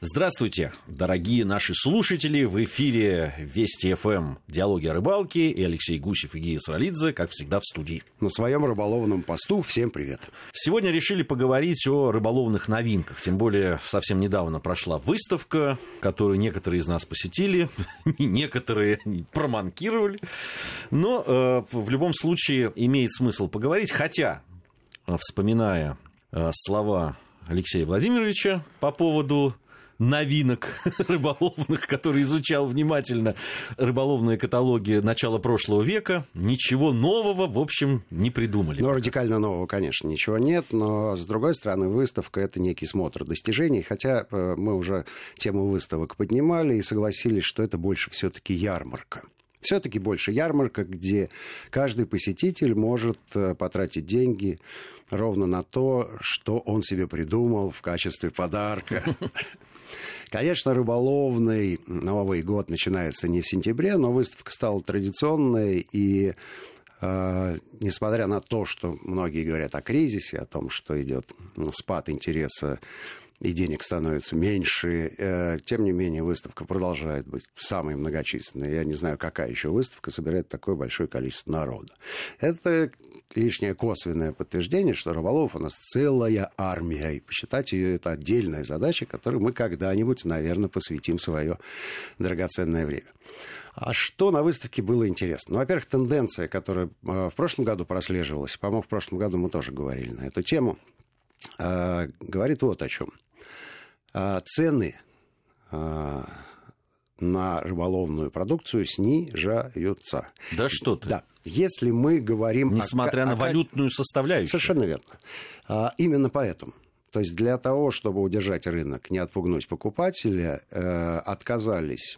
Здравствуйте, дорогие наши слушатели. В эфире Вести ФМ. Диалоги о рыбалке. И Алексей Гусев и Гия Саралидзе, как всегда, в студии. На своем рыболовном посту. Всем привет. Сегодня решили поговорить о рыболовных новинках. Тем более, совсем недавно прошла выставка, которую некоторые из нас посетили, некоторые проманкировали. Но в любом случае имеет смысл поговорить. Хотя, вспоминая слова Алексея Владимировича по поводу новинок рыболовных, который изучал внимательно рыболовные каталоги начала прошлого века, ничего нового, в общем, не придумали. Ну, радикально нового, конечно, ничего нет, но, с другой стороны, выставка — это некий смотр достижений, хотя мы уже тему выставок поднимали и согласились, что это больше все-таки ярмарка. Все-таки больше ярмарка, где каждый посетитель может потратить деньги ровно на то, что он себе придумал в качестве подарка. Конечно, рыболовный Новый год начинается не в сентябре, но выставка стала традиционной, и несмотря на то, что многие говорят о кризисе, о том, что идет спад интереса и денег становится меньше, тем не менее выставка продолжает быть самой многочисленной. Я не знаю, какая еще выставка собирает такое большое количество народа. Это лишнее косвенное подтверждение, что рыболовов у нас целая армия, и посчитать ее — это отдельная задача, которой мы когда-нибудь, наверное, посвятим свое драгоценное время. А что на выставке было интересно? Ну, во-первых, тенденция, которая в прошлом году прослеживалась, по-моему, в прошлом году мы тоже говорили на эту тему, говорит вот о чем. Цены на рыболовную продукцию снижаются. Да что ты? Да. Если мы говорим... Несмотря на валютную состоявшую. Совершенно верно. Именно поэтому. То есть для того, чтобы удержать рынок, не отпугнуть покупателя, отказались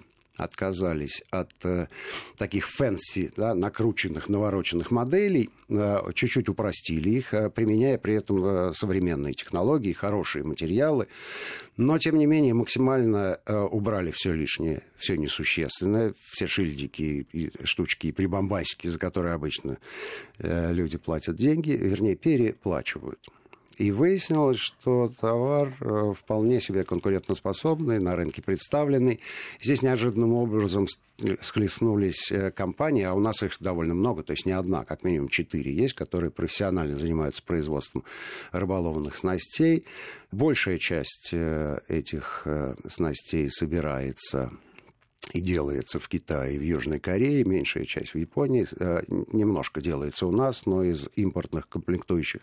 от таких фэнси, да, накрученных, навороченных моделей, чуть-чуть упростили их, применяя при этом современные технологии, хорошие материалы, но, тем не менее, максимально убрали все лишнее, все несущественное, все шильдики, и штучки и прибамбасики, за которые обычно люди платят деньги, вернее, переплачивают. И выяснилось, что товар вполне себе конкурентоспособный, на рынке представленный. Здесь неожиданным образом схлестнулись компании, а у нас их довольно много, то есть не одна, как минимум 4 есть, которые профессионально занимаются производством рыболовных снастей. Большая часть этих снастей собирается и делается в Китае и в Южной Корее, меньшая часть в Японии. Немножко делается у нас, но из импортных комплектующих.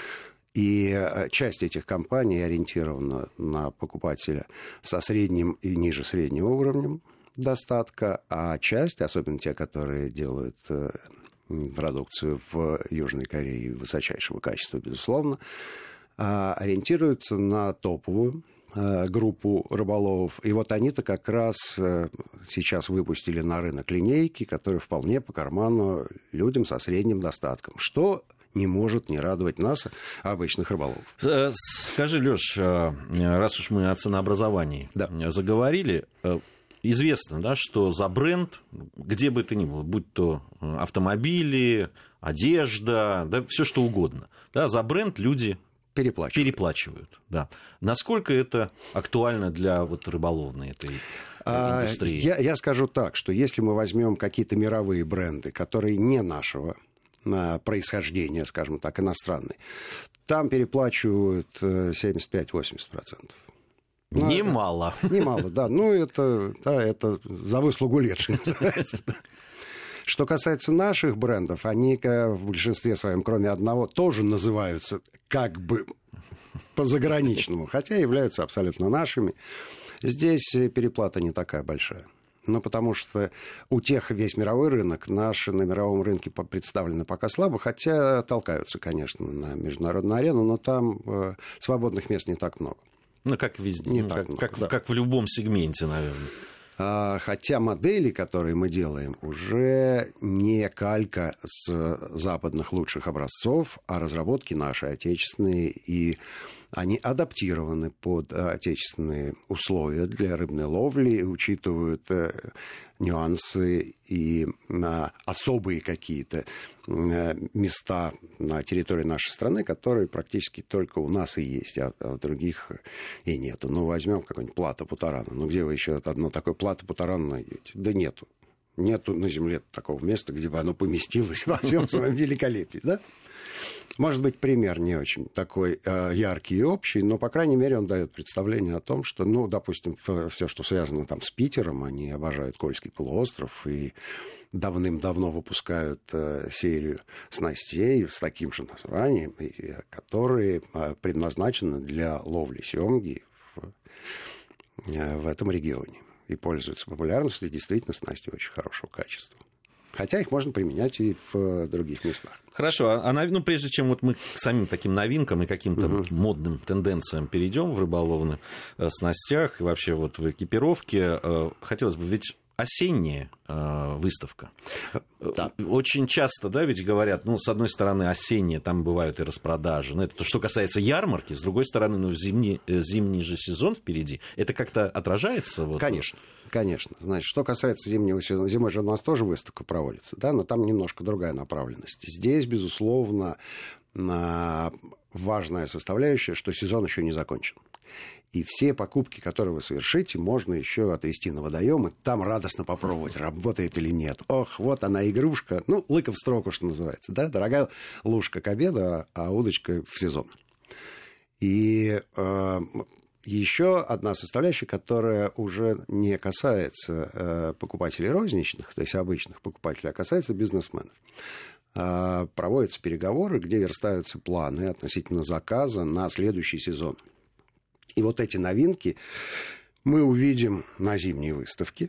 И часть этих компаний ориентирована на покупателя со средним и ниже среднего уровнем достатка, а часть, особенно те, которые делают продукцию в Южной Корее высочайшего качества, безусловно, ориентируются на топовую группу рыболовов. И вот они-то как раз сейчас выпустили на рынок линейки, которые вполне по карману людям со средним достатком. Что не может не радовать нас, обычных рыболовов. Скажи, Лёш, раз уж мы о ценообразовании заговорили, известно, да, что за бренд, где бы то ни было, будь то автомобили, одежда, да, все что угодно, да, за бренд люди переплачивают. Да. Насколько это актуально для вот рыболовной этой индустрии? Я скажу так, что если мы возьмем какие-то мировые бренды, которые не нашего происхождения, скажем так, иностранные, там переплачивают 75-80%. Немало. Немало, да. Ну, это за выслугу лет, что называется. Что касается наших брендов, они в большинстве своем, кроме одного, тоже называются как бы по-заграничному, хотя являются абсолютно нашими. Здесь переплата не такая большая. Ну, потому что у тех весь мировой рынок, наши на мировом рынке представлены пока слабо, хотя толкаются, конечно, на международную арену, но там свободных мест не так много. Ну, как везде, как в любом сегменте, наверное. Хотя модели, которые мы делаем, уже не калька с западных лучших образцов, а разработки наши, отечественные. И Они адаптированы под отечественные условия для рыбной ловли, учитывают нюансы и особые какие-то места на территории нашей страны, которые практически только у нас и есть, а в других и нету. Ну, возьмем какой-нибудь Плато Путарана. Ну, где вы еще одно такое Плато Путарана найдете? Да нету. Нету на Земле такого места, где бы оно поместилось во всем своем великолепии, да? Может быть, пример не очень такой яркий и общий, но, по крайней мере, он дает представление о том, что, ну, допустим, все, что связано там с Питером, они обожают Кольский полуостров и давным-давно выпускают серию снастей с таким же названием, которые предназначены для ловли семги в этом регионе и пользуются популярностью, и действительно снасти очень хорошего качества. Хотя их можно применять и в других местах. Хорошо, ну, прежде чем вот мы к самим таким новинкам и каким-то модным тенденциям перейдем в рыболовных снастях и вообще вот в экипировке, хотелось бы, ведь осенняя выставка. Да. Очень часто, да, ведь говорят, ну, с одной стороны, осенняя, там бывают и распродажи. Ну, это то, что касается ярмарки. С другой стороны, ну, зимний же сезон впереди. Это как-то отражается? Вот? Конечно. Конечно. Значит, что касается зимнего сезона, зимой же у нас тоже выставка проводится, да, но там немножко другая направленность. Здесь, безусловно, важная составляющая, что сезон еще не закончен. И все покупки, которые вы совершите, можно еще отвезти на водоем, и там радостно попробовать, работает или нет. Ох, вот она игрушка, ну, лыка в строку, что называется, да, дорогая лужка к обеду, а удочка в сезон. И еще одна составляющая, которая уже не касается покупателей розничных, то есть обычных покупателей, а касается бизнесменов. Проводятся переговоры, где верстаются планы относительно заказа на следующий сезон. И вот эти новинки мы увидим на зимней выставке.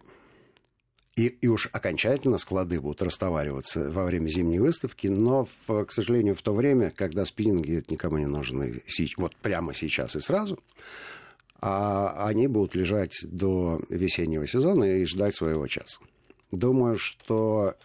И уж окончательно склады будут растовариваться во время зимней выставки. Но, к сожалению, в то время, когда спиннинги никому не нужны вот прямо сейчас и сразу, а они будут лежать до весеннего сезона и ждать своего часа. Думаю, что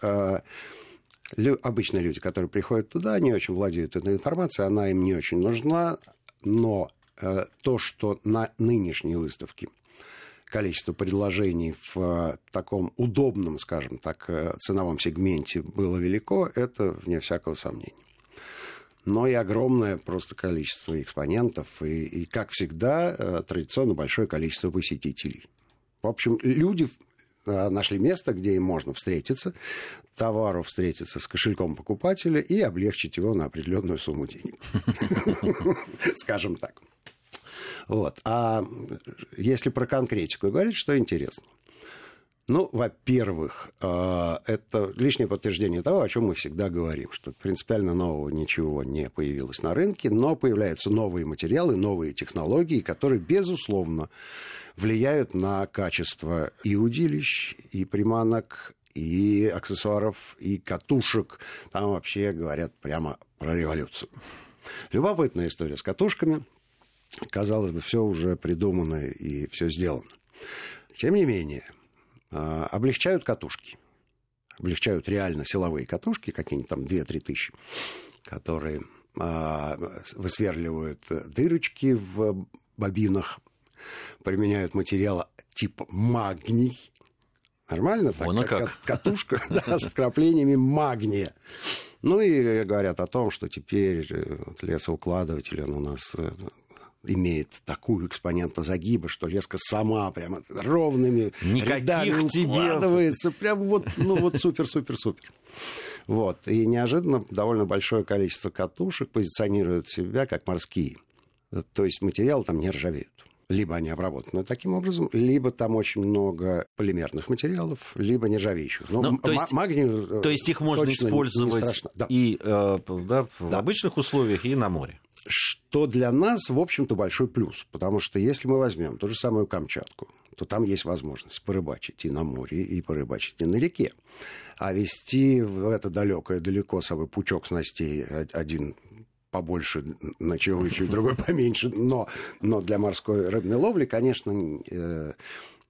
обычные люди, которые приходят туда, не очень владеют этой информацией, она им не очень нужна, но то, что на нынешней выставке количество предложений в таком удобном, скажем так, ценовом сегменте было велико, это вне всякого сомнения. Но и огромное просто количество экспонентов, и как всегда, традиционно большое количество посетителей. В общем, люди нашли место, где им можно встретиться, товару встретиться с кошельком покупателя и облегчить его на определенную сумму денег. Скажем так. Вот. А если про конкретику говорить, что интересно? Ну, во-первых, это лишнее подтверждение того, о чем мы всегда говорим, что принципиально нового ничего не появилось на рынке, но появляются новые материалы, новые технологии, которые, безусловно, влияют на качество и удилищ, и приманок, и аксессуаров, и катушек. Там вообще говорят прямо про революцию. Любопытная история с катушками. Казалось бы, все уже придумано и все сделано. Тем не менее, облегчают катушки. Облегчают реально силовые катушки, какие-нибудь там 2-3 тысячи, которые высверливают дырочки в бобинах, применяют материалы типа магний. Нормально? Вон так, катушка с вкраплениями магния. Ну и говорят о том, что теперь лесоукладыватель у нас имеет такую экспонентозагиба, что леска сама прямо ровными рядами укладывается. Прям вот, ну вот супер-супер-супер. Вот. И неожиданно довольно большое количество катушек позиционируют себя как морские. То есть материалы там не ржавеют. Либо они обработаны таким образом, либо там очень много полимерных материалов, либо нержавеющих. Но магний, то есть их можно использовать и в обычных условиях, и на море. Что для нас, в общем-то, большой плюс. Потому что если мы возьмем ту же самую Камчатку, то там есть возможность порыбачить и на море, и порыбачить и на реке. А везти в это далеко с собой пучок снастей, один побольше ночевывающий, другой поменьше, но для морской рыбной ловли, конечно,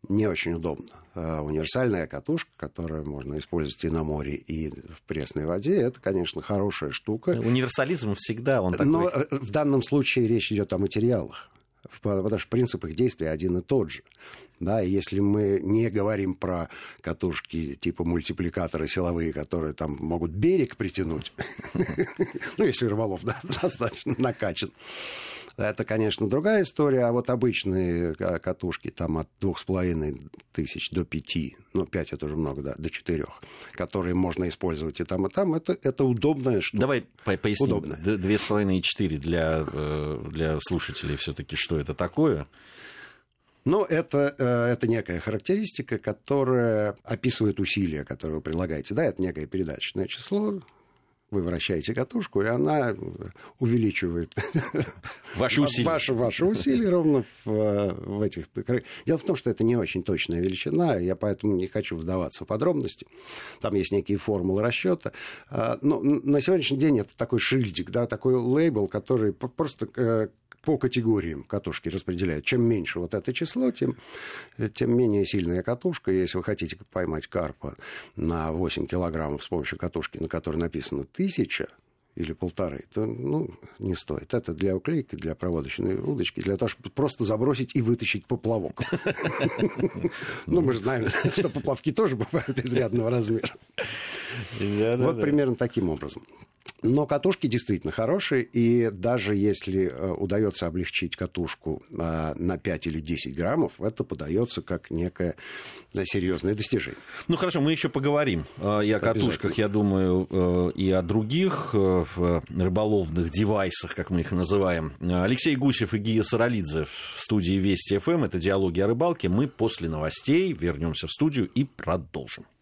не очень удобно. Универсальная катушка, которую можно использовать и на море, и в пресной воде, это, конечно, хорошая штука. Универсализм всегда он такой. Но в данном случае речь идет о материалах, потому что принцип их действия один и тот же. Да, и если мы не говорим про катушки типа мультипликаторы силовые, которые там могут берег притянуть, ну, если рыболов достаточно накачан, это, конечно, другая история. А вот обычные катушки там от 2500 до 5, ну, 5 это уже много, да, до 4, которые можно использовать и там, это удобная штука. Давай поясним. Удобно. 2,5 и 4 для слушателей все-таки, что это такое? Ну, это некая характеристика, которая описывает усилия, которые вы прилагаете. Да, это некое передаточное число. Вы вращаете катушку, и она увеличивает ваши усилия. Ваши усилия ровно в этих... Дело в том, что это не очень точная величина, я поэтому не хочу вдаваться в подробности. Там есть некие формулы расчета. Но на сегодняшний день это такой шильдик, да, такой лейбл, который просто... по категориям катушки распределяют. Чем меньше вот это число, тем менее сильная катушка. Если вы хотите поймать карпа на 8 килограммов с помощью катушки, на которой написано 1000 или 1500, то не стоит. Это для уклейки, для проводочной удочки, для того, чтобы просто забросить и вытащить поплавок. Ну, мы же знаем, что поплавки тоже бывают изрядного размера. Вот примерно таким образом. Но катушки действительно хорошие, и даже если удается облегчить катушку на 5 или 10 граммов, это подается как некое серьезное достижение. Ну, хорошо, мы еще поговорим и о катушках, я думаю, и о других рыболовных девайсах, как мы их называем. Алексей Гусев и Гия Саралидзе в студии Вести ФМ. Это «Диалоги о рыбалке». Мы после новостей вернемся в студию и продолжим.